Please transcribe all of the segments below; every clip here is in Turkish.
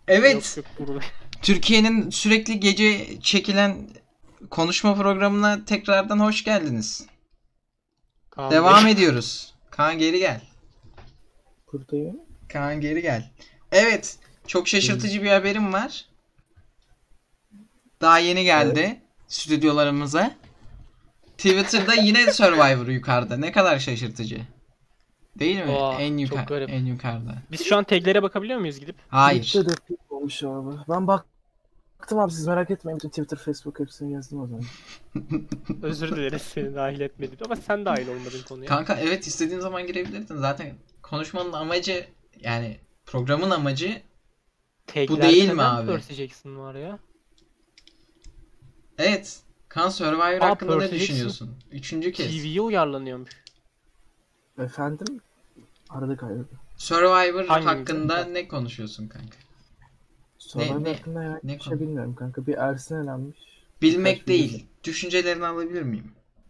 Evet, Yok burada. Türkiye'nin sürekli gece çekilen konuşma programına tekrardan hoş geldiniz. Kaan Bey. Devam ediyoruz. Kaan geri gel. Buradayım. Kaan geri gel. Evet, çok şaşırtıcı bir haberim var. Daha yeni Evet. geldi stüdyolarımıza. Twitter'da yine Survivor yukarıda. Ne kadar şaşırtıcı. Değil mi? Oha, En çok garip. en yukarıda. Biz şu an taglere bakabiliyor muyuz gidip? Hayır. Twitter de olmuş abi. Ben baktım abi, siz merak etmeyin. Bütün Twitter, Facebook hepsini yazdım o zaman. Özür dileriz seni dahil etmedik ama sen dahil olmadın konuya. Kanka evet, istediğin zaman girebilirdin. Zaten konuşmanın amacı, yani programın amacı bu değil mi neden abi? Percy Jackson var ya? Evet. Kaan, Survivor Aa, hakkında ne Percy Jackson düşünüyorsun? Üçüncü kez. TV'ye uyarlanıyormuş. Efendim? Arada kaydı. Survivor Hangimiz? hakkında ne konuşuyorsun kanka? Survivor ne- hakkında herhangi ne bir konu? şey bilmiyorum kanka. Bir Ersin elenmiş. Bilmek Birkaç video- değil. Düşüncelerini alabilir miyim?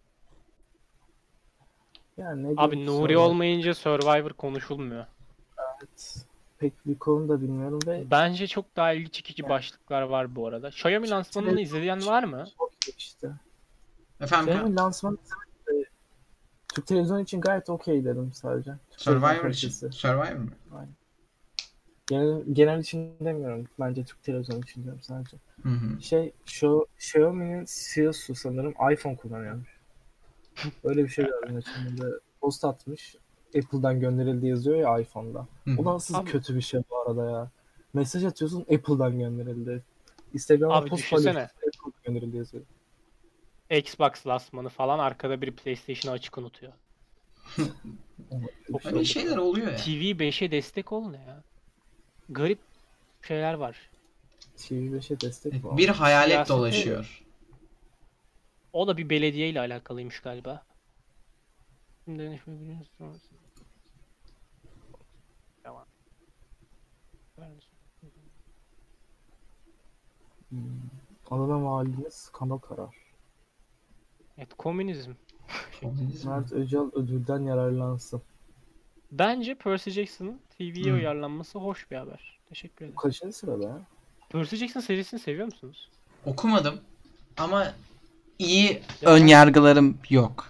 Yani ne Abi diyeyim, Nuri Survivor- olmayınca Survivor konuşulmuyor. Evet. Pek bir konu da bilmiyorum ve Bence çok daha ilgi çekici başlıklar var bu arada. Xiaomi lansmanını izleyen var mı? okey işte. Efendim Kaan? Benim lansman Türk televizyon için gayet okey dedim sadece. Türk televizyon Survivor için. kalitesi. Survivor mı? Genel için demiyorum. Bence Türk televizyon için diyorum sadece. Hı hı. Şu Xiaomi'nin CEO'su sanırım iPhone kullanıyormuş. Öyle bir şey gördüm şimdi. Post atmış. Apple'dan gönderildi yazıyor ya iPhone'da. Hı hı. O nasıl Abi- kötü bir şey bu arada ya. Mesaj atıyorsun, Apple'dan gönderildi. Instagram'a Abi post düşünsene. paylaşıyorsun, Apple'dan gönderildi yazıyor. Xbox lansmanı falan arkada bir PlayStation'ı açık unutuyor. Bir şey Öyle oldu. şeyler oluyor ya. TV 5'e destek ol ne ya? Garip şeyler var. TV5'e destek mi? Bir hayalet Siyasete- dolaşıyor. O da bir belediyeyle alakalıymış galiba. Tamam. Adana valimiz Kamal Karar. Evet, komünizm. Komünizm. Mert Öcal ödülden yararlansın. Bence Percy Jackson'ın TV'ye Hı. uyarlanması hoş bir haber. Teşekkür ederim. Kaçıncı sırada ya? Percy Jackson serisini seviyor musunuz? Okumadım ama iyi Ya. ön yargılarım yok.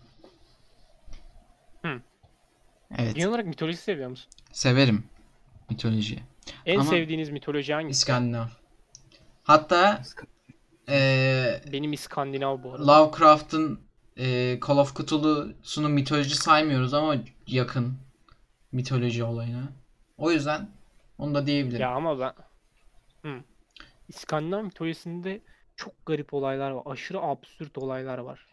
Hı. Evet. Genel olarak mitoloji seviyor musun? Severim mitoloji. En Ama- sevdiğiniz mitoloji hangisi? İskandinav. Hatta Benim İskandinav bu arada. Lovecraft'ın Call of Cthulhu'sunu mitoloji saymıyoruz ama yakın mitoloji olayına. O yüzden onu da diyebilirim. Ya ama ben... İskandinav mitolojisinde çok garip olaylar var. Aşırı absürt olaylar var.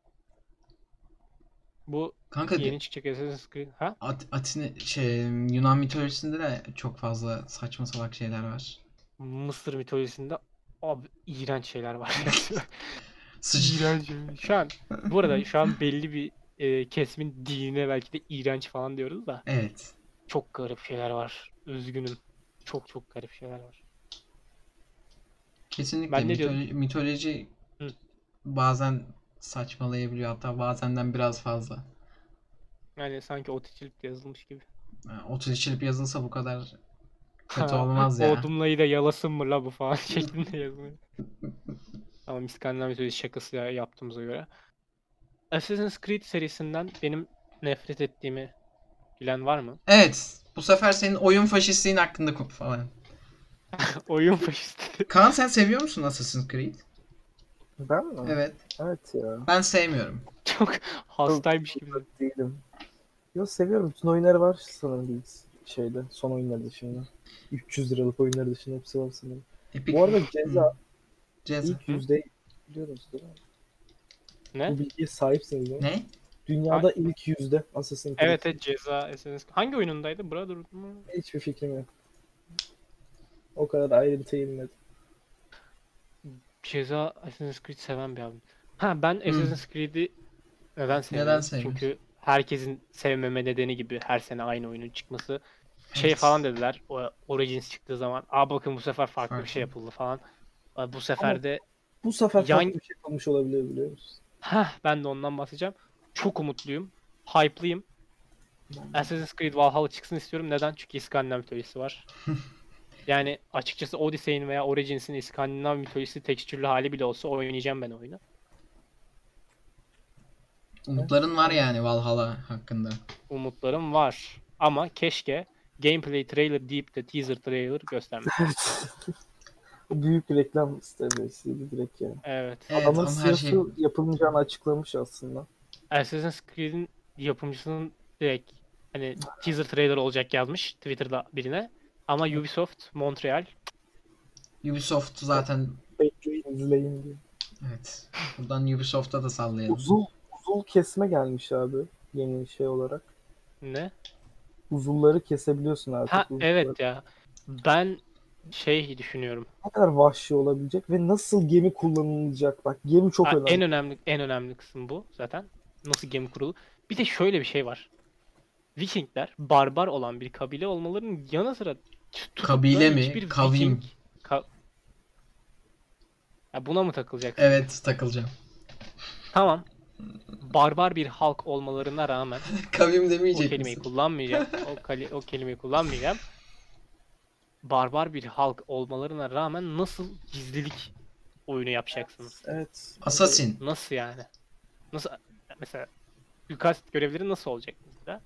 Bu Kanka yeni çıkacak Assassin's Creed. Ha? Yunan mitolojisinde de çok fazla saçma salak şeyler var. Mısır mitolojisinde abi iğrenç şeyler var. Sıç- İğrenç. Şu an bu arada şu an belli bir kesimin dinine belki de iğrenç falan diyoruz da Evet. çok garip şeyler var. Üzgünüm. Çok çok garip şeyler var. Kesinlikle Ben ne diyordum? mitoloji Hı. bazen saçmalayabiliyor, hatta bazenden biraz fazla. Yani sanki otiçilik yazılmış gibi. Yani 30 içilip yazılsa bu kadar kötü olmaz ya. Odumlayı da yalasın mı la bu falan şeklinde yazılıyor. Tamam, İskandinav mitolojisi şakası yaptığımıza göre. Assassin's Creed serisinden benim nefret ettiğimi bilen var mı? Evet. Bu sefer senin oyun faşistliğin hakkında falan. Oyun faşisti. Kaan, sen seviyor musun Assassin's Creed? Ben mi? Evet. Evet ya. Ben sevmiyorum. Çok hastaymış gibi. Değilim. Yo, seviyorum. Bütün oyunları var sanırım biz şeyde. Son oyunları dışında. 300 liralık oyunları dışında hepsi var sanırım. Epic. Bu arada Ceza Ceza. ilk yüzde biliyoruz değil mi? Ne? Bu bilgiye sahipsiniz değil mi? Ne? Dünyada ilk yüzde Assassin's Creed. Evet, ceza Assassin's Creed. Hangi oyunundaydı? Brotherhood mu? Hiçbir fikrim yok. O kadar ayrıntı inmedim. Ceza Assassin's Creed seven bir abim. Ha, ben Assassin's Creed'i neden sevmiyorum? sevmiyorsun? Çünkü herkesin sevmeme nedeni gibi her sene aynı oyunun çıkması. Şey Evet. falan dediler. O Origins çıktığı zaman. Aa bakın bu sefer farklı bir Farklı. şey yapıldı falan. Bu sefer de Bu sefer Yan- farklı bir şey olmuş olabilir, biliyor musun? ben de ondan bahsedeceğim. Çok umutluyum. Hype'lıyım. Assassin's Creed Valhalla çıksın istiyorum. Neden? Çünkü İskandinav mitolojisi var. Yani açıkçası Odyssey'in veya Origins'in İskandinav mitolojisi tekstürlü hali bile olsa oynayacağım ben oyunu. Umutların var yani Valhalla hakkında. Umutlarım var. Ama keşke gameplay trailer deyip de teaser trailer göstermesin. Büyük reklam stratejisiydi direkt yani. Evet. Evet Adamın ama her şey CEO'su yapılmayacağını açıklamış aslında. Assassin's Creed'in yapımcısının direkt hani teaser trailer olacak yazmış Twitter'da birine. Ama Ubisoft Montreal Ubisoft zaten Bekleyin izleyin diye. evet. Buradan Ubisoft'a da sallayalım. Uzul kesme gelmiş abi yeni şey olarak. ne? Uzulları kesebiliyorsun artık. Ha Uzulları. evet ya. Ben şey düşünüyorum. Ne kadar vahşi olabilecek ve nasıl gemi kullanılacak? Bak gemi çok önemli. En önemli kısım bu zaten. Nasıl gemi kurulu. Bir de şöyle bir şey var. Vikingler barbar olan bir kabile olmalarının yanı sıra tutup da Kabile mi? hiçbir Kavim. Ya buna mı takılacaksın? Evet takılacağım. Tamam. Barbar bir halk olmalarına rağmen Kavim o demeyecek kelimeyi misin? kullanmayacağım. O kelimeyi kullanmayacağım. Barbar bir halk olmalarına rağmen nasıl gizlilik oyunu yapacaksınız? Evet. Assassin. Nasıl yani? Nasıl mesela suikast görevleri nasıl olacak mesela?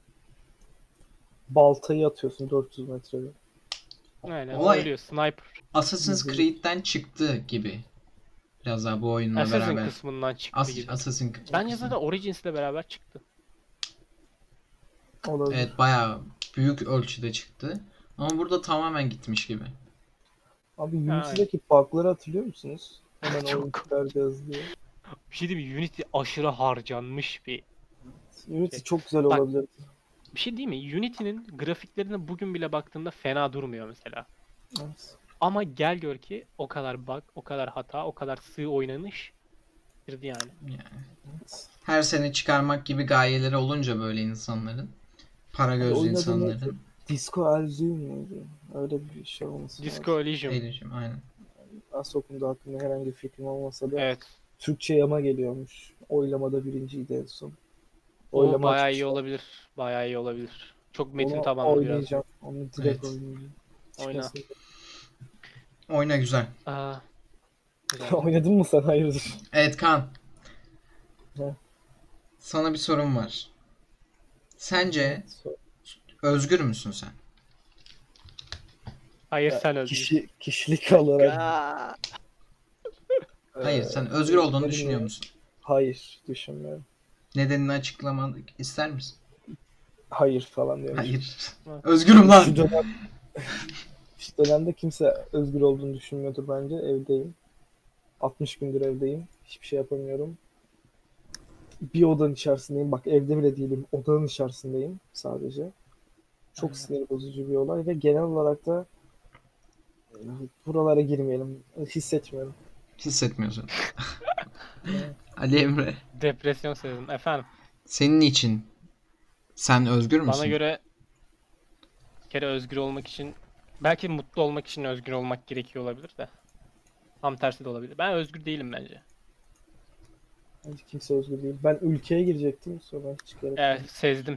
Baltayı atıyorsun 400 metrede. Aynen Olay- ölüyor. Sniper. Assassin's Creed'den çıktı gibi. Biraz daha bu oyunla Assassin beraber. kısmından çıktı gibi. Assassin Bence zaten Origins'le beraber çıktı. Olabilir. Evet bayağı büyük ölçüde çıktı. Ama burada tamamen gitmiş gibi. Abi Unity'deki bug'ları hatırlıyor musunuz? Hemen Çok oyun çıkaracağız diye. Bir şey değil mi? Unity aşırı harcanmış bir. Unity Şey. çok güzel Bak- olabilir. Bir şey değil mi? Unity'nin grafiklerine bugün bile baktığında fena durmuyor mesela. Evet. Ama gel gör ki o kadar bug, o kadar hata, o kadar sığ oynanış girdi yani. Evet. Her sene çıkarmak gibi gayeleri olunca böyle insanların. Para gözlü oynadığı insanların. Disco Elysium muydu? Öyle bir şey olması Disco lazım. Elysium. Eylül'cüm aynen. Asok'un da hakkında herhangi bir fikrim olmasa da Evet. Türkçe yama geliyormuş. Oylamada birinciydi en son. O Oylama bayağı iyi açmışlar. olabilir. Bayağı iyi olabilir. Çok metin Onu tabanlı biraz. oynayacağım. Onu direkt Evet. oynayacağım. Oyna. Çıkasın. Aa, Oyna güzel. güzel. Oynadın mı sen? Hayırdır? Evet Kaan. Ne? Sana bir sorum var. Sence özgür müsün sen? Hayır sen öldün. Kişilik olarak Hayır sen özgür olduğunu benim düşünüyor ya. musun? Hayır düşünmüyorum. Nedenini açıklamak ister misin? Hayır falan diyorum. Hayır. Özgürüm lan. Şu dönemde kimse özgür olduğunu düşünmüyordur bence. Evdeyim. 60 gündür evdeyim. Hiçbir şey yapamıyorum. Bir odanın içerisindeyim. Bak evde bile değilim. Odanın içerisindeyim sadece. Çok sinir bozucu bir olay ve genel olarak da buralara girmeyelim. Hissetmiyorum. Hissetmiyorsun. Ali Emre. Depresyon sezdim. Efendim. Senin için sen özgür müsün? Bana göre bir kere özgür olmak için belki mutlu olmak için özgür olmak gerekiyor olabilir de. Tam tersi de olabilir. Ben özgür değilim bence. Bence kimse özgür değil. Ben ülkeye girecektim sonra çıkarak. Evet sezdim.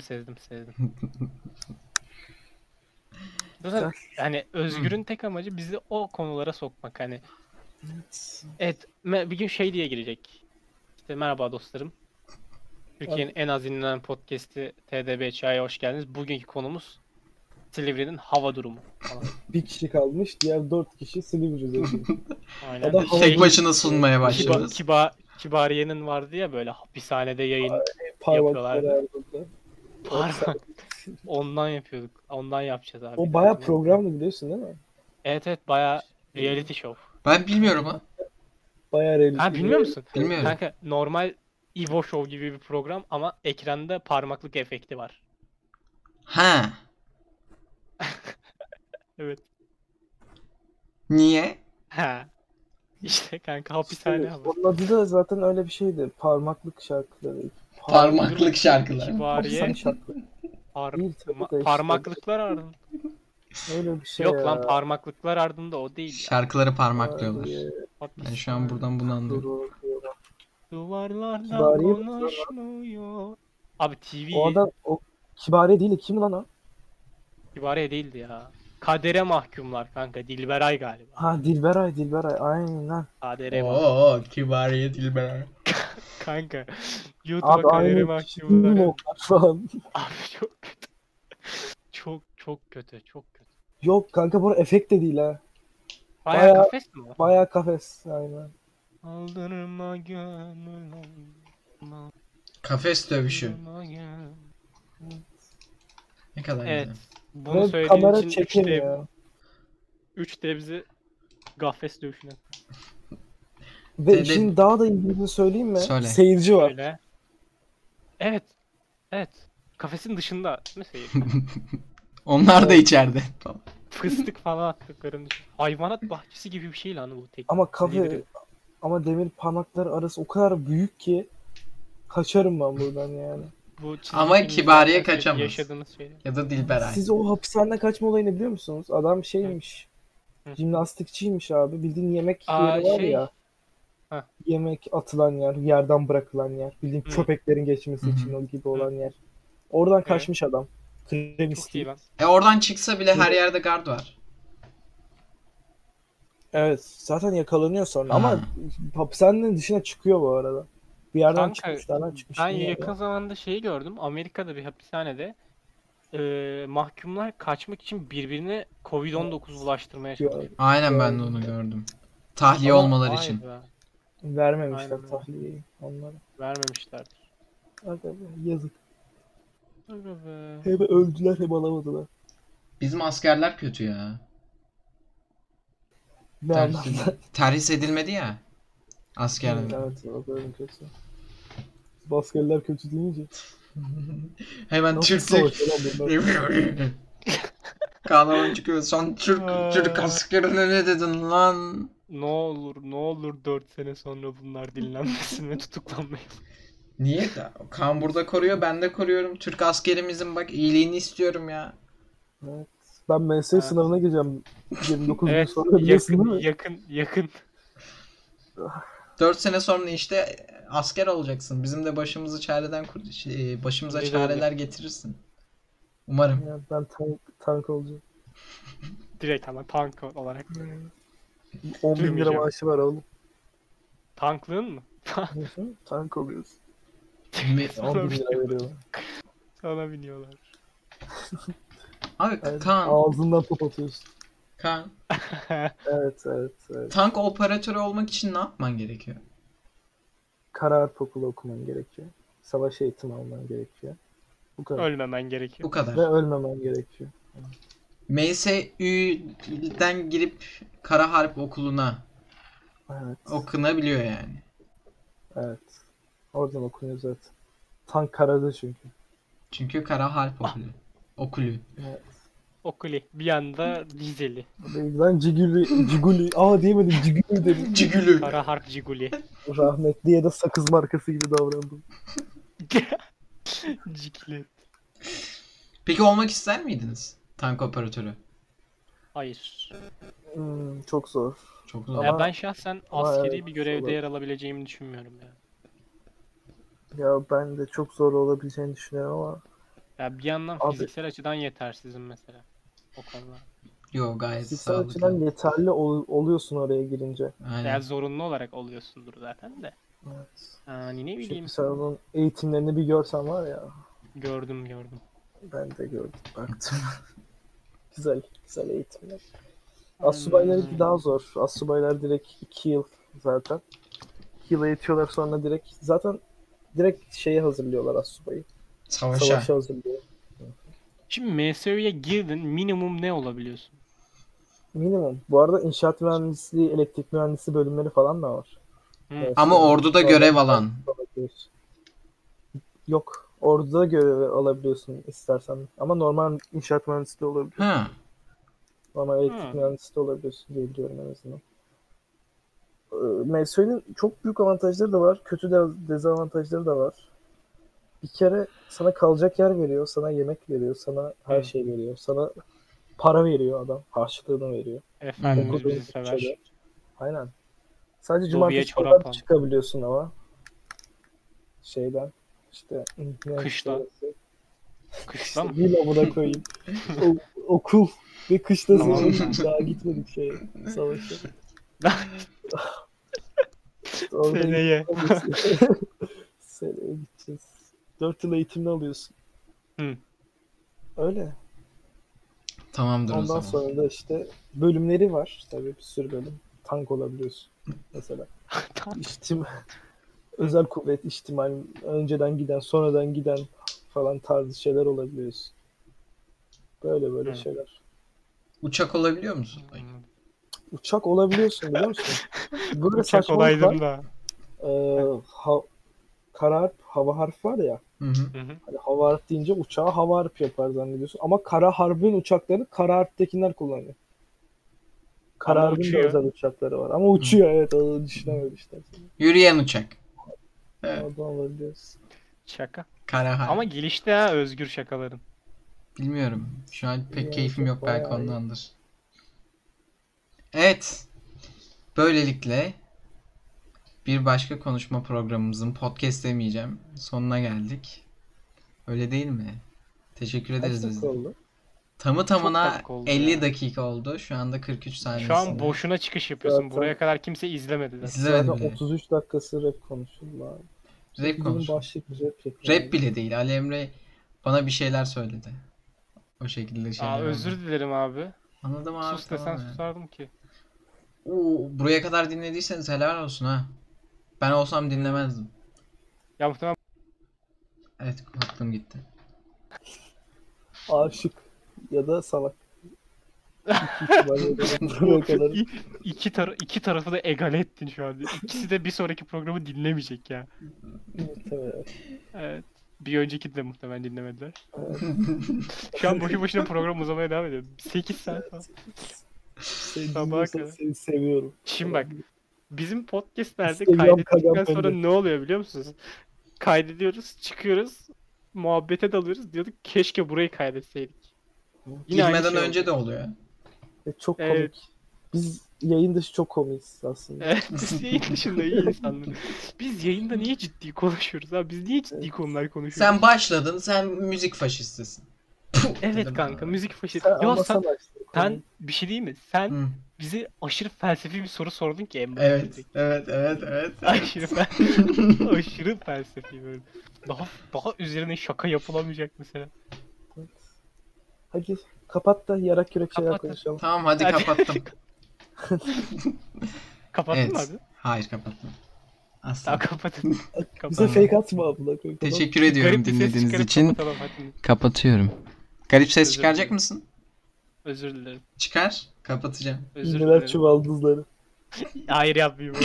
Zaten yani özgürün tek amacı bizi o konulara sokmak hani. Evet bir gün şey diye girecek. İşte merhaba dostlarım. Türkiye'nin en az dinlenen podcast'i TDBÇ'ye hoş geldiniz. Bugünkü konumuz Silivri'nin hava durumu falan. Bir kişi kalmış. Diğer 4 kişi Silivri'de. Aynen. O da hava Tek başına sunmaya başlıyoruz. Kibariye'nin vardı ya böyle hapishanede yayın Parmakları yapıyorlardı. ardında. Parmak. Ondan yapıyorduk. Ondan yapacağız abi. O bayağı programdı biliyorsun değil mi? Evet bayağı reality show. Ben bilmiyorum ha. Bayağı reality. Ha bilmiyor musun? Bilmiyorum. Kanka normal Evo Show gibi bir program ama ekranda parmaklık efekti var. Ha. Evet. Niye? Ha. İşte kanka İşte hapishane hava. onun adı da zaten öyle bir şeydi. Parmaklık şarkıları. Parmaklık şarkılar. Kibariye. Hapishane şarkıları. Değil tabii de işte. Parmaklıklar ardında. Öyle bir şey Yok ya. lan parmaklıklar ardında o değil ya. Şarkıları parmaklıyorlar. Ben Hapishane. şu an buradan bunu anlıyorum. Duvarlarda Kibariye konuşmuyor. Abi TV O adam o Kibariye değil. Kim lan o? Kibariye değildi ya. Kadere mahkumlar kanka. Dilberay galiba. Ha Dilberay aynen. Kadere mahkum. Oo, Kibariye Dilber. Kanka. YouTube'a Abi kadere aynı kişi değil mi mahkumlar. onlar falan? Abi çok kötü. Çok kötü. Çok kötü. Yok kanka bu efekt de değil ha. Bayağı Bayağı- kafes mi var? Bayağı kafes aynen. Aldırma gönül alma, Kafes dövüşü. aldırma gönül. Ne kadar Evet. güzel. Bunu Ve söylediğin kamera için 3 çekemiyor. 3 bizi Gafes dövüşüne. Ve Dede- işin daha da ilginçini söyleyeyim mi? Söyle. Seyirci var. Öyle. Evet. Evet. Kafesin dışında değil mi seyir? Onlar da içeride. Fıstık falan attıklarını düşün. Hayvanat bahçesi gibi bir şey lan bu tek. Ama kafe Zehri. ama demir parmakları arası o kadar büyük ki kaçarım ben buradan yani. Bu çizgi Ama film Kibariye izlerken sürekli kaçamaz. Yaşadığınız şeyler. Ya da Dilberay. Siz o hapishaneden kaçma olayını biliyor musunuz? Adam şeymiş. Hı. Jimnastikçiymiş abi. Bildiğin yemek Aa, yeri var şey. ya. Heh. Yemek atılan yer, yerden bırakılan yer. Bildiğin Hı. köpeklerin geçmesi Hı hı. için o gibi olan yer. Oradan kaçmış adam. Kremis Çok iyi lan. Oradan çıksa bile her yerde gard var. Evet. Zaten yakalanıyor sonra Ha. ama hapishanenin dışına çıkıyor bu arada. Bir yerden Kanka, çıkmış, nereden çıkmış Ben bilmiyorum yakın ama. zamanda şeyi gördüm. Amerika'da bir hapishanede mahkumlar kaçmak için birbirine Covid-19 bulaştırmaya çalışıyor. Aynen ben de Gördüm. onu gördüm. Tahliye Ama- olmaları Vay için. be, Vermemişler Aynen öyle. tahliyeyi onlara. vermemişlerdir. Aga be, yazık. Aga be. Hem öldüler hem alamadılar. Bizim askerler kötü ya. Ne anlamda? Terhis edilmedi ya. Askerler. Evet, o bölüm kötü. Baskerler kötü deyince. Hemen Nasıl Türklük. savaşıyor lan bunlar? Kanalın çıkıyor. Son Aa. Türk askerine ne dedin lan? Ne olur 4 sene sonra bunlar dinlenmesin ve tutuklanmayın. Niye? Kaan burada koruyor, ben de koruyorum. Türk askerimizin bak iyiliğini istiyorum ya. Evet. Ben MSU Ha. sınavına gireceğim 29 gün Evet, sonra biliyorsun değil yakın, mi? yakın. 4 sene sonra işte asker olacaksın. Bizim de başımızı çareden başımıza Öyle de çareler getirirsin. Umarım. Ya ben tank olacağım. Direkt ama tank olarak. 10 bin lira Durmayacağım. maaşı var oğlum. Tanklığın mı? Tank oluyoruz. Me- 10 bin lira veriyorlar. Sana biniyorlar. Abi Yani Kaan, ağzından top atıyorsun. Kaan, Evet. tank operatörü olmak için ne yapman gerekiyor? Kara Harp Okulu okuman gerekiyor. Savaş eğitimi alman gerekiyor. Bu kadar. Ölmemen gerekiyor. Bu kadar. Ve ölmemen gerekiyor. MSÜ'den girip Kara Harp Okulu'na Evet. okunabiliyor yani. Evet. Oradan okunuyor zaten. Tank karada çünkü. Çünkü Kara Harp Okulu. Okulu. Evet. Okuli. Bir anda dizeli. Ben Ciguli. Aa diyemedim Ciguli dedim. Cigülü. Kara harp Ciguli. Rahmetliye de sakız markası gibi davrandım. Ciklet. Peki olmak ister miydiniz? Tank operatörü. Hayır. Çok zor. Çok zor. Ama- Ya ben şahsen ama askeri evet, bir görevde olabilir. yer alabileceğimi düşünmüyorum ya. Ya ben de çok zor olabileceğini düşünüyorum ama Ya bir yandan Abi- fiziksel açıdan yetersizim mesela. O konuda. Yo gayet fiziksel açıdan sağlıklı. yeterli oluyorsun oraya girince. Aynen. Ya zorunlu olarak oluyorsundur zaten de. Evet. Yani ne bileyim. Çünkü sen onun eğitimlerini bir görsen var ya. Gördüm. Ben de gördüm. Baktım. Güzel eğitimler. Astsubaylarınki daha zor. Astsubaylar direkt 2 yıl zaten. 2 yıl eğitiyorlar sonra direkt şeye hazırlıyorlar astsubayı. Savaşa. Savaşa hazırlıyor. Şimdi MSÖ'ye girdin minimum ne olabiliyorsun? Minimum. Bu arada inşaat mühendisliği, elektrik mühendisi bölümleri falan da var. Hı. Evet, Ama orduda görev alan. alabiliyorsun. Yok. Orduda görev alabiliyorsun istersen. Ama normal inşaat mühendisliği olabilir. Ha. Normal elektrik Hı. mühendisliği olabiliyorsun diye biliyorum en azından. MSÖ'nün çok büyük avantajları da var. Kötü dezavantajları da var. Bir kere sana kalacak yer veriyor. Sana yemek veriyor. Sana her Hı. şey veriyor. Sana para veriyor adam. Harçlığını veriyor. Efendimiz Okuduğun bizi sever. bütçede. Aynen. Sadece Lobiye cumartesi çorap pazar al. çıkabiliyorsun ama. Şeyden. İşte ne Kışla. işte, Kışla mı? Değil amına koyayım. okul ve kışta Tamam. sezon. Daha gitmedik şeye, savaşa. Orada Seneye. Seneye gideceğiz. 4 yıl eğitimini alıyorsun. Hı. Öyle. Tamamdır o Ondan zaman. sonra da işte bölümleri var. Tabii bir sürü bölüm. Tank olabiliyorsun mesela. Özel kuvvet, ihtimal, önceden giden, sonradan giden falan tarzı şeyler olabiliyorsun. Böyle Hı. şeyler. Uçak olabiliyor musun? Ay, Uçak olabiliyorsun biliyor musun? Böyle Uçak saçmalık olaydım var. da. Kara harf, hava harf var ya. Hı hı. Hı hı. Hani hava harf deyince uçağı hava harf yapar zannediyorsun. Ama kara harbin uçakları kara harftekiler kullanıyor. Kara Ama harbin de uçuyor. özel uçakları var. Ama uçuyor, evet, onu düşünememişler. Yürüyen uçak. Evet. Oradan alabiliyorsun. Şaka. Kara harf. Ama gelişti ha özgür şakaların. Bilmiyorum. Şu an pek Yani keyfim çok yok, belki bayağı iyi. ondandır. Evet. Böylelikle bir başka konuşma programımızın, podcast demeyeceğim, sonuna geldik. Öyle değil mi? Teşekkür Kaç ederiz dakika bizden. oldu? Tamı tamına dakika oldu 50 ya. dakika oldu. Şu anda 43 Şu an saniyesinde. boşuna çıkış yapıyorsun. Zaten- Buraya kadar kimse izlemedi zaten. İzlemedi Zaten bile. 33 dakikası rap konuşuldu abi. Rap Bizim konuşuyor. başlık rap yapıyor. Rap bile değil. Ali Emre bana bir şeyler söyledi. O şekilde şeyler Özür oldu. dilerim abi. Anladım abi, Sus desen tamam ya. susardım ki. Oo, buraya kadar dinlediyseniz helal olsun ha. Ben olsam dinlemezdim. Ya muhtemelen Evet, aklım gitti. Aşık ya da salak. İki ihtimalle de buraya kadar. iki tarafı da egale ettin şu anda. İkisi de bir sonraki programı dinlemeyecek ya. Muhtemelen. Evet. Bir önceki de muhtemelen dinlemediler. Evet. Şu an boşu boşuna program uzamaya devam ediyor. 8 saat falan. Seni Sabaha dinliyorsan kadar. seni seviyorum. Şimdi bak. Bizim podcastlerde Instagram kaydettikten kagam sonra benim. ne oluyor biliyor musunuz? Kaydediyoruz, çıkıyoruz, muhabbete dalıyoruz. Diyorduk keşke burayı kaydetseydik. Yine aynı Girmeden şey önce oldu. de oluyor. Çok Evet. komik. Biz yayın dışı çok komiyiz aslında. Evet, biz yayın dışında iyi insanlar. Biz yayında niye ciddi konuşuyoruz abi? Biz niye ciddi Evet. konular konuşuyoruz? Sen başladın, sen müzik faşistisin. Puh, Evet dedim kanka, abi. müzik faşist. Sen Ya anlasana işte konuyu. sen bir şey değil mi? Sen Hı. bize aşırı felsefi bir soru sordun ki en başta Evet, direkt. evet. Aşırı aşırı felsefi böyle. Daha üzerine şaka yapılamayacak mesela. Hadi kapat da yarak yürek şeyler Kapat. konuşalım. Tamam, hadi Hadi. kapattım. Kapattın mı Evet. abi? Hayır, kapatma. Asla. Tamam kapatın. Bize Kapat. fake atma abla. Teşekkür ediyorum Garip bir ses dinlediğiniz çıkarıp için. kapatalım hadi. Kapatıyorum. Garip ses Özür çıkaracak dilerim. mısın? Özür dilerim. Çıkar. Kapatacağım. Özür İğneler dilerim. çuvaldızları. Hayır yapmayayım.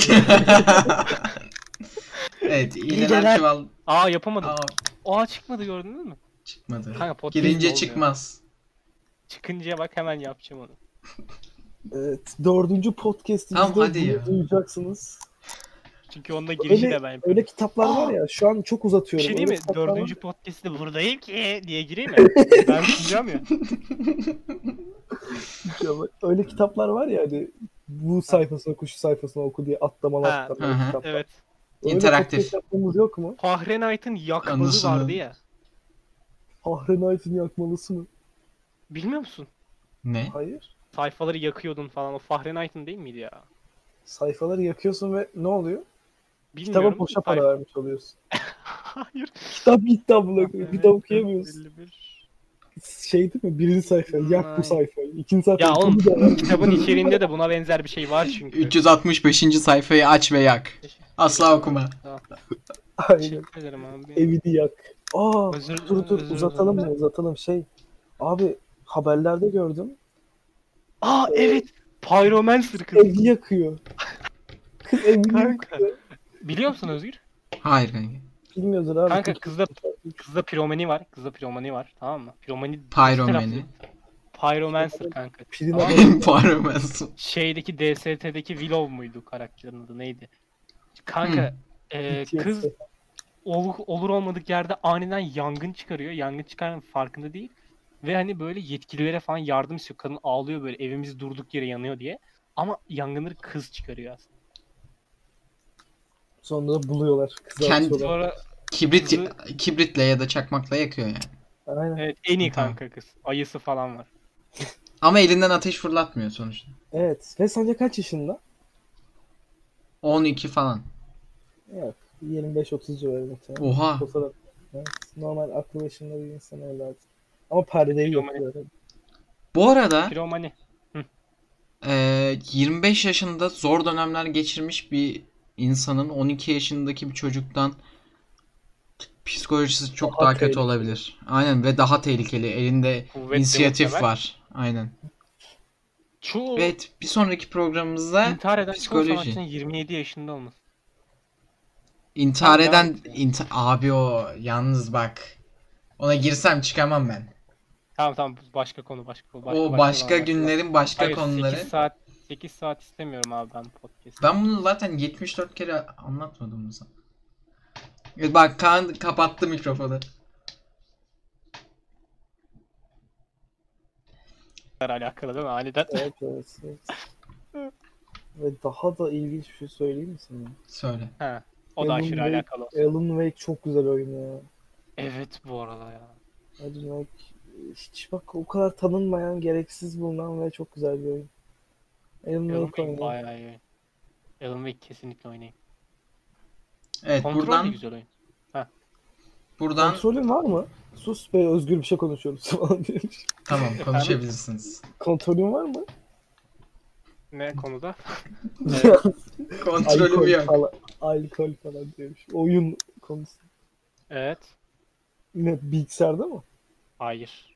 Evet, İğneler. iğneler çuval. Yapamadım. Aa, Çıkmadı gördünüz mü? çıkmadı. Kanka podcast Girince olmuyor. çıkmaz. Çıkınca bak hemen yapacağım onu. Evet. 4. podcastimizde Tamam, hadi bunu ya. duyacaksınız. Çünkü onda girişi Öyle, de ben yapıyorum. öyle kitaplar var ya. Şu an çok Bir uzatıyorum. şey değil Öyle mi? kitaplar var. 4. podcast'te buradayım ki diye gireyim mi? Ben sunacağım ya. Ya bak, öyle kitaplar var ya hani bu sayfasını oku şu sayfasını oku diye atlamalı Ha, atlamalı hı hı. kitaplar. Evet. Öyle İnteraktif. podcast yapmamız yok mu? Fahrenheit'in yakmalı Anısını- vardı ya. Fahrenheit'in yakmalısı mı? Bilmiyor musun? Ne? Hayır. Sayfaları yakıyordun falan. O Fahrenheit'in değil miydi ya? Sayfaları yakıyorsun ve ne oluyor? Kitaba Bilmiyorum. boşa para vermiş oluyorsun. Hayır. Kitap gitti abla. Bir daha okuyamıyorsun. 51. Şey değil mi? Birinci sayfa. Yak bu Ay. sayfayı. İkinci sayfa. Ya oğlum bunu da yak. kitabın içeriğinde de buna benzer bir şey var çünkü. 365. sayfayı aç ve yak. Asla okuma. Tamam. Aynen. Teşekkür ederim abi. Evini yak. Aa, dur özür uzatalım dilerim. mı? Uzatalım şey. Abi haberlerde gördüm. Evet. Pyromancer kız. Evi yakıyor. Kız evini Kanka. yakıyor. Biliyor musun Özgür? Hayır kanka. Bilmiyordur abi. Kanka kızda piromani var. Kızda piromani var. Tamam mı? Piromani. Pyromani. Pyromancer kanka. Pirina Tamam mı? bakıyor. Pyromancer. Şeydeki DST'deki Willow muydu karakterin adı neydi? Kanka kız olur olmadık yerde aniden yangın çıkarıyor. Yangın çıkaran farkında değil. Ve hani böyle yetkililere falan yardım istiyor. Kadın ağlıyor böyle evimiz durduk yere yanıyor diye. Ama yangınları kız çıkarıyor aslında. Sonra da buluyorlar. Kızı Kendi- atıyorlar. Sonra Kibritle ya da çakmakla yakıyor yani. Aynen. evet en iyi Tamam. kanka kız. Ayısı falan var. Ama elinden ateş fırlatmıyor sonuçta. Evet. Ve sence kaç yaşında? 12 falan. Yok. 25-30 civarı muhtemelen. Oha. Fotoğraf. Evet. Normal aklı başında bir insan evladı. Ama perdeyi Piromani. yapıyor. Bu arada Piromani. 25 yaşında zor dönemler geçirmiş bir insanın 12 yaşındaki bir çocuktan psikolojisi çok Daha daha kötü tehlikeli. olabilir. Aynen ve daha tehlikeli. Elinde Kuvvetle inisiyatif muhtemel. var. Aynen. Çoğu Evet, bir sonraki programımızda intihar eden çoğu psikoloji. sanatçının 27 yaşında olması. İntihar Tamam, devam eden et ya. abi o yalnız bak. Ona girsem çıkamam ben. Tamam, başka konu, başka konu. O Başka başka zaman, başka zaman. günlerin başka Hayır, 8 konuları. saat 8 saat istemiyorum abi ben podcast. Ben bunu zaten 74 kere anlatmadım mı sana? Evet, bak Kaan kapattı mikrofonu. Alakalı değil mi? Aniden. Evet, evet, evet. Ve daha da ilginç bir şey söyleyeyim mi sana? Söyle. Ha, o da Alan aşırı Wake, alakalı olsun. Alan Wake çok güzel oyun ya. Evet bu arada ya. Alan Wake hiç bak o kadar tanınmayan, gereksiz bulunan ve çok güzel bir oyun. Alan Alan Wake Wake oynayın. bayağı iyi. Alan Wake kesinlikle oynayın. Evet, Kontrol de buradan güzel oyun. Kontrolün var mı? Sus be, özgür bir şey konuşuyoruz falan diyormuş. tamam konuşabilirsiniz. Kontrolün var mı? Ne konuda? Kontrolüm Alkol yok. falan. Alkol falan diyormuş. Oyun konusu. Evet. Yine bilgisayarda mı? Hayır.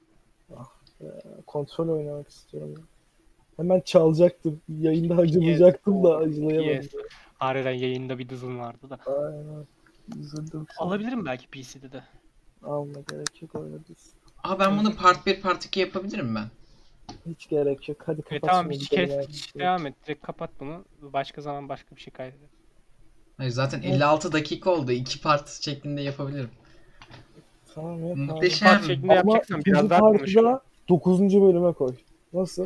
Kontrol oynamak istiyorum. Hemen çalacaktım. Yayında acılayacaktım da doğru. acılayamadım. Yes. Harbiden yayında bir dızın vardı da. Aynen. Üzüldüm şu an. Alabilirim belki PC'de de. Alma, gerek yok, oynadıyız. Aa, ben bunu part 1 part 2 yapabilirim ben. Hiç gerek yok. Hadi kapat Tamam, şunu, hiç gidelim kes, abi. hiç devam et. Direkt kapat bunu. Başka zaman başka bir şey kaydedelim. Hayır, zaten Evet. 56 dakika oldu. 2 part şeklinde yapabilirim. Tamam yap abi. Muhteşem. Part şeklinde Ama yapacaksan ikinci biraz daha partı konuşalım. da 9. bölüme koy. Nasıl?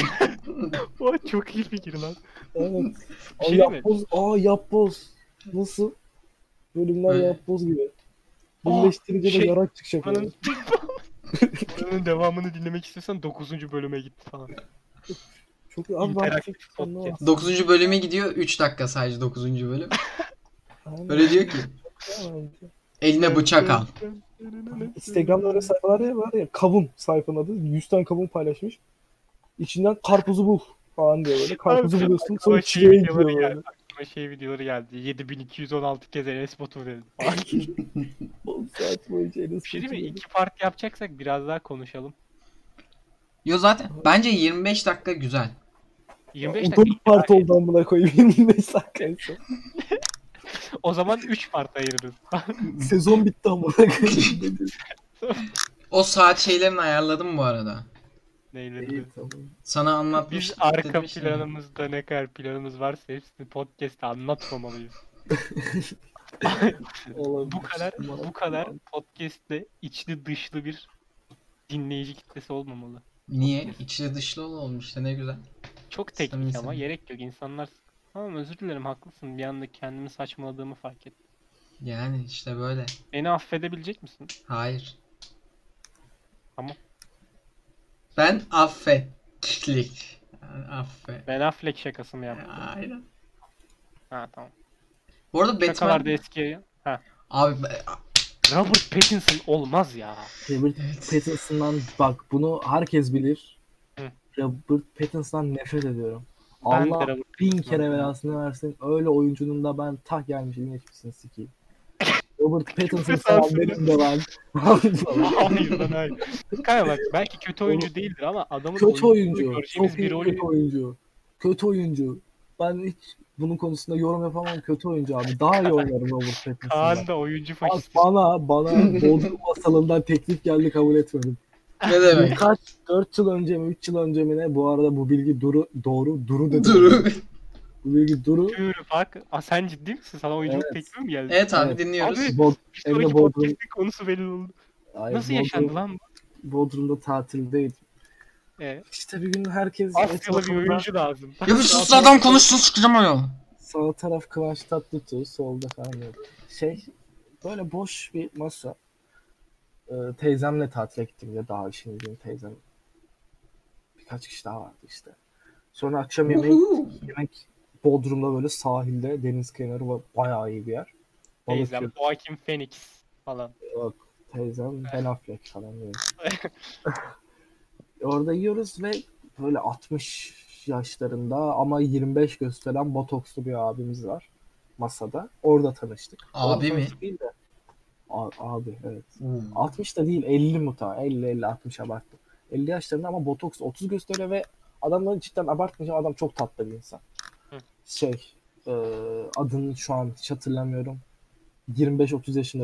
O çok iyi fikir lan. Evet. Bir şey değil mi? yapboz. Yapboz. Nasıl? Bölümler Öyle. yapboz gibi. Birleştirince de şey, yarak çıkacak. Buranın, öyle. buranın devamını dinlemek istiyorsan 9. bölüme git falan. Çok abi ben İnteraktif çok sandım podcast. 9. bölüme gidiyor. 3 dakika sadece 9. bölüm. Aynen. Öyle diyor ki. Tamam. Eline bıçak al. Instagram'da öyle sayfalar var ya, kavun sayfanın adı. 100 tane kavun paylaşmış. İçinden karpuzu bul falan diyor böyle. Karpuzu Abi, buluyorsun, aklıma sonra şey çileğe videoları gidiyor böyle. geldi. Aklıma şey videoları geldi. 7216 kez Enes Batur dedim falan. 10 saat boyunca Enes Bir şey değil mi? Batur'u. 2 part yapacaksak biraz daha konuşalım. Yo zaten bence 25 dakika güzel. 25 O dakika 4 part ideal. oldu amına koyayım. 25 dakika en son. O zaman 3 part ayırırız. Sezon bitti amına koyayım. O saat şeylerini ayarladım bu arada. Neyleri? Tamam. Sana Biz anlatmıştım. arka Dedim işte. planımızda ne kadar planımız varsa hepsini podcast'te anlatmamalıyız. Olabilir. Bu kadar podcast'te içli dışlı bir dinleyici kitlesi olmamalı. Niye? Podcast. İçli dışlı olmuş işte, ne güzel. Çok teknik ama Samimi. gerek yok. İnsanlar tamam, özür dilerim, haklısın. Bir anda kendimi saçmaladığımı fark ettim. Yani işte böyle. Beni affedebilecek misin? Hayır. Tamam. Ben affetlik. Affet. Ben Affleck şakası mı yaptım? Aynen. Ha tamam. Bu arada Şakalar da Batman... eskiye. Ha. Abi Robert Pattinson olmaz ya. Robert Pattinson'dan bak, bunu herkes bilir. Hı. Robert Pattinson'dan nefret ediyorum. Ben de Allah Robert bin Pattinson'dan kere belasını versin. Öyle oyuncunun da ben tak gelmişim geçmişsin sikeyim. Robert Pattinson Küfür falan sansürü. benim de ben. Hayır lan hayır. Kanka bak, belki kötü oyuncu değildir ama adamın Kötü oyunculuğunu oyuncu. göreceğimiz Çok bir iyi rolü. kötü oyuncu. Kötü oyuncu. Ben hiç bunun konusunda yorum yapamam, kötü oyuncu abi. Daha iyi oynarım Robert Pattinson'dan. Kaan da oyuncu Bak faşisti. bana Bodrum masalından teklif geldi, kabul etmedim. ne demek? Birkaç 4 yıl önce mi 3 yıl önce mi ne, bu arada bu bilgi doğru dedim. Dur. Bu bilgi Duru. Pure fuck. Sen ciddi misin? Sana oyunculuk Evet. teklifi mi geldi? Evet abi, Evet. dinliyoruz. Abi, Bod bir hem de sonraki Bodrum. podcast'in konusu belli oldu. Ay, Nasıl yaşandı lan bu? Bodrum'da tatildeydim. İşte bir gün herkes Asyalı bir oyuncu lazım. Ya bir sus, adam konuşsun, sıkacağım ayol. Sağ taraf Kıvanç Tatlıtuğ, solda falan yok. Böyle boş bir masa. Teyzemle tatile gittim ya, daha işin teyzem. birkaç kişi daha vardı işte. Sonra akşam yemeği Uhu. yemek Bodrum'da böyle sahilde deniz kenarı var. Bayağı iyi bir yer. Balık Teyzem yiyoruz. Joaquin Phoenix falan. Yok, teyzem Ben Affleck falan diyor. Orada yiyoruz ve böyle 60 yaşlarında ama 25 gösteren botokslu bir abimiz var masada. Orada tanıştık. Orada Abi mi? tanıştık değil de abi evet. Uuu. 60 da değil 50 muhtemelen. 50 60 abarttım. 50 yaşlarında ama botoks 30 gösteriyor ve adamları cidden abartmayacağım, adam çok tatlı bir insan. Hı. Şey e, adını şu an hiç hatırlamıyorum. 25-30 yaşında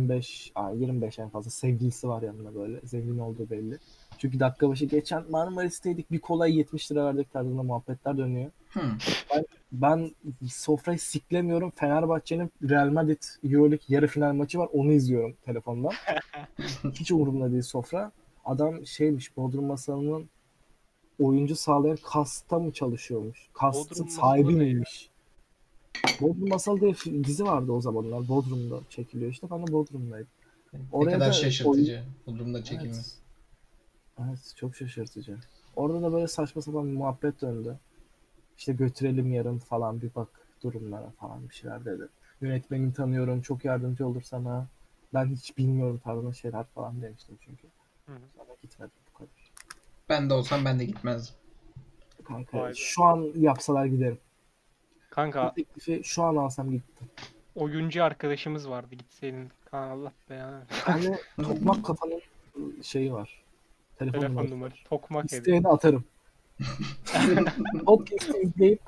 25 en fazla sevgilisi var yanında böyle. Zengin olduğu belli. Çünkü dakika başı geçen Marmaris'teydik. Bir kolay 70 lira verdik tarzında muhabbetler dönüyor. Hmm. Ben sofrayı siklemiyorum. Fenerbahçe'nin Real Madrid Euroleague yarı final maçı var. Onu izliyorum telefondan. Hiç umurumda değil sofra. Adam şeymiş, Bodrum Masalı'nın oyuncu sağlayan Kast'ta mı çalışıyormuş? Kast'ın Bodrum sahibi Masalı ne ya? miymiş? Bodrum Masalı diye dizi vardı o zamanlar. Bodrum'da çekiliyor işte. Ben de Bodrum'daydım. Ne Oraya kadar da şaşırtıcı. Bu durumda çekilme. Evet. Evet, çok şaşırtıcı. Orada da böyle saçma sapan bir muhabbet döndü. İşte götürelim yarın falan, bir bak durumlara falan bir şeyler dedi. Yönetmenini tanıyorum, çok yardımcı olur sana. Ben hiç bilmiyorum tarzında şeyler falan demiştim çünkü. Hı hı. Sonra gitmedim bu kadar. Ben de olsam ben de gitmezdim. Kanka Vay be. şu an yapsalar giderim. Bu Kanka teklifi şu an alsam gittim. oyuncu arkadaşımız vardı, gitseydin. Kaan Allah belanı. Bir tane tokmak kafanın şeyi var. Telefon Telefon numarası numarası. var. Tokmak edin. İsteyeni atarım. Podcast'ı izleyip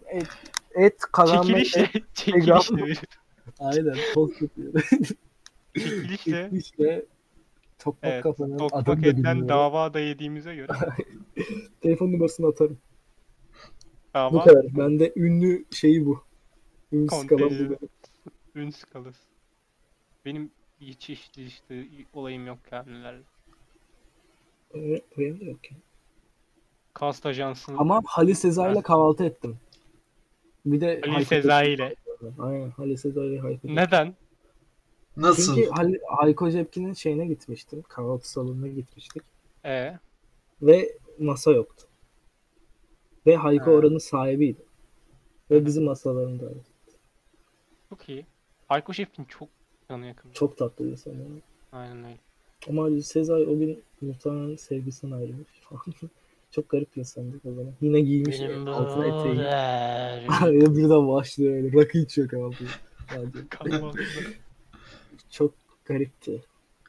kazanmayı Çekilişle, çekilişle verir. aynen post yapıyor. Çekilişle. Çekmişle tokmak Evet. kafanın Tokmak adını da Ed'den bilmiyorum. dava da yediğimize göre. Telefon numarasını atarım. Bu Dava kadar. Bende ünlü şeyi bu. Ünlü skalam bu kontenjanı. benim. Ün skalası. Benim hiç işte olayım yok ya nelerle. Benim de yok ya. Kast ajansı Ama Halil Sezai'yle Ha. kahvaltı ettim. Bir de Ali Hayko Sezai ile. Cepkin. Aynen, Halil Sezai ile Hayko Cepkin. Neden? Nasıl? Çünkü Hayko Cepkin'in şeyine gitmiştim. Kahvaltı salonuna gitmiştik. E Ve masa yoktu. Ve Hayko Ha. oranın sahibiydi. Hı Ve hı. bizim masalarındaydı. Çok iyi. Hayko Şefkin çok canı yakın. Çok tatlı bir insan yani. Aynen öyle. Ama Ali Sezai o gün muhtemelen sevgisinden ayrılmış falan. Çok garip bir insandı o zaman. Yine giymiş altına eteği. Birden başlıyor öyle. Rakı içiyor kahvaltıda. Hadi. Kahvaltıda. Çok garipti.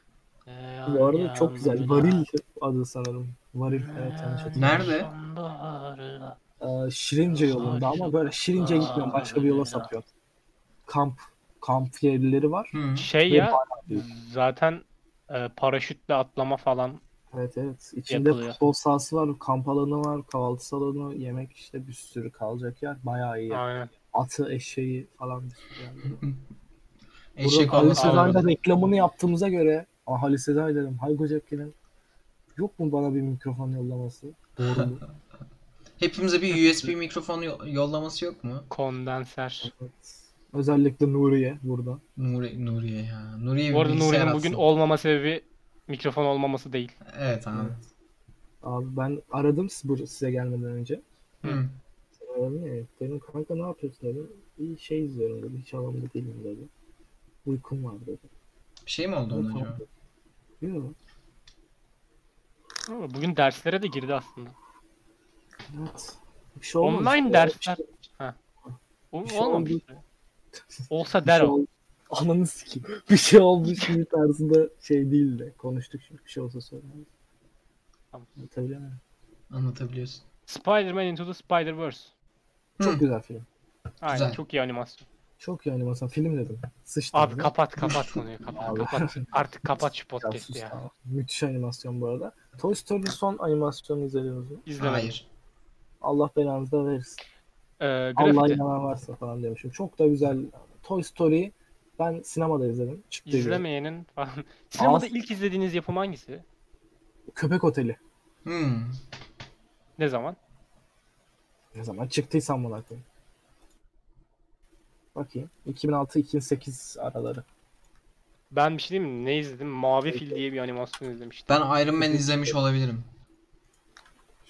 Bu arada çok güzel. Varil adı sanırım. Varil. Evet, yanlış hatırlıyorum. Nerede? Şirince yolunda ama böyle Şirince'ye gitmiyorum. Başka bir yola sapıyor. Kamp yerleri var. Hı. Şey Ve ya büyük. zaten paraşütle atlama falan Evet. İçinde yapılıyor. futbol sahası var, kamp alanı var, kahvaltı salonu, yemek işte bir sürü kalacak yer. Bayağı iyi. Aynen. Atı, eşeği falan bir sürü yer. Eşek Burada Halil olması Sezai'yle lazım. reklamını yaptığımıza göre Halil Sezai dedim. Hayko Cepkin'in yok mu bana bir mikrofon yollaması? Doğru mu? Hepimize bir USB mikrofon yollaması yok mu? Kondenser. Evet. Özellikle Nuriye burada. Nuriye ya. Nuriye Bu bir arada bilgisayar Nuri'nin bugün atsın. olmama sebebi mikrofon olmaması değil. Evet abi. Evet. Abi ben aradım size gelmeden önce. Hı. Aradım ya. Dedim kanka ne yapıyorsun dedim. Bir şey izliyorum dedi. Hiç havamda değilim dedi. Uykum var dedi. Bir şey mi oldu ona Tamam acaba? dedi. Yok. Ama bugün derslere de girdi aslında. Evet. Bir şey olmadı Online işte. dersler. Ha. Bir şey Olmamış oldu. işte. Olsa Bir der şey o. oldu. Ananı sikeyim. Bir şey olmuş gibi tarzında şey değil de. Konuştuk şimdi. Bir şey olsa söylemeyiz. Tamam. Tabii değil mi? Anlatabiliyorsun. Spider-Man Into the Spider-Verse. Çok Hı. güzel film. Aynen Güzel. çok iyi animasyon. Çok iyi animasyon. Film dedim. Sıçtım. Abi ya. kapat konuyu. Abi. Kapat. Artık kapat şu Ya podcast'i sus ya. tamam. Müthiş animasyon bu arada. Toy Story'nin son animasyonunu izlediniz mi? İzlemedim. Hayır. Allah belanızı da versin. Allah Graffiti. inanan varsa falan demişim. Çok da güzel. Toy Story ben sinemada izledim. Çıktığı gün. İzlemeyenin falan. Sinemada Az- ilk izlediğiniz yapım hangisi? Köpek Oteli. Hı. Ne zaman? Ne zaman çıktıysam bunu atayım. Bakayım. 2006-2008 araları. Ben bir şey diyeyim mi? Ne izledim? Mavi Fil diye bir animasyon izlemiştim. Ben Iron Man izlemiş olabilirim.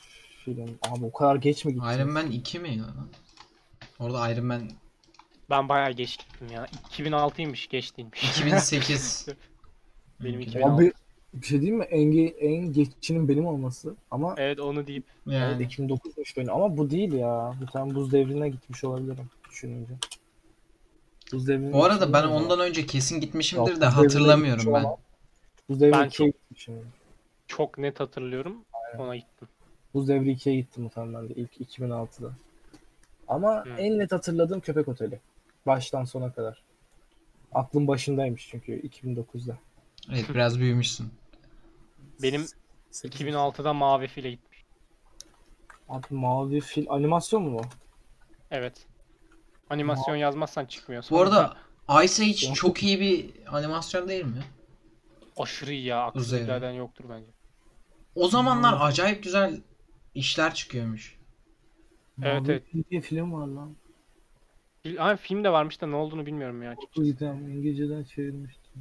film. Abi o kadar geç mi gittiniz? Iron Man 2 mi ya? Orada Iron Man Ben bayağı geç gittim ya. 2006'ymış, geç değilmiş. 2008. Benim Okey. 2006. Abi bir şey diyeyim mi? En geçinin benim olması. Ama Evet, onu deyip evet, Yani 2009'muş benim. Ama bu değil ya. Bir tane buz devrine gitmiş olabilirim düşününce. Buz devrine bu arada ben gitmiş ondan önce kesin gitmişimdir Yok, de buz devrine hatırlamıyorum gitmiş ben. olamam. Buz devri Ben 2'ye çok- gitmişim. çok net hatırlıyorum. Ona gittim. Buz devri 2'ye gittim muhtemelen de ilk 2006'da. Ama Hı. en net hatırladığım Köpek Oteli. Baştan sona kadar. Aklım başındaymış çünkü 2009'da. Evet, biraz büyümüşsün. Benim 2006'da Mavi Fil'e gitmiş. Abi Mavi Fil animasyon mu bu? Evet. Animasyon yazmazsan çıkmıyor. Bu Sonra arada Ice Age çok iyi bir animasyon değil mi? aşırı iyi ya. Uzay. Aksiliklerden yoktur bence. O zamanlar acayip güzel işler çıkıyormuş. Evet, Mavi evet. Fil diye film var lan. Abi film de varmış da ne olduğunu bilmiyorum ya. Çok güzel. İngilizceden çevirmiştim.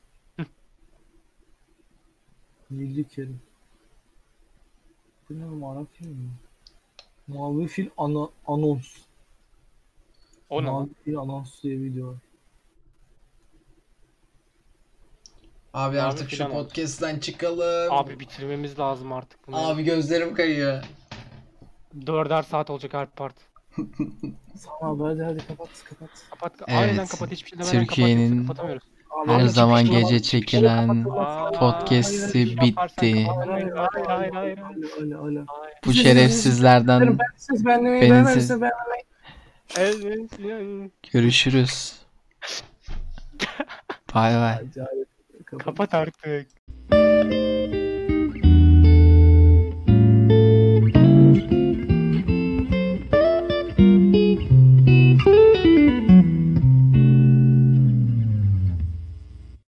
Milli Kerim. Bilmiyorum Arap filmi mi? Mavi Fil Anons. O ne Mavi lan? Fil Anons diye video var. Abi Mavi artık şu filan oldu. podcast'ten çıkalım. Abi bitirmemiz lazım artık bunu. Abi gözlerim kayıyor. 4'er saat olacak her part. Tamam hadi kapat. Kapat. Evet, Aniden kapat. Hiçbir şey demeden kapat. Yoksa Türkiye'nin kapatamıyoruz. Abi, her abi, zaman çıkış gece var. çekilen Aa, podcast'i hayır, yaparsan bitti. kapatamayız. Hayır. Öyle. Bu şerefsizlerden Siz benlemeyi Beni beğenmezseniz siz- ben Evet. Yani. görüşürüz. Bay bay. Acayip. Kapat artık.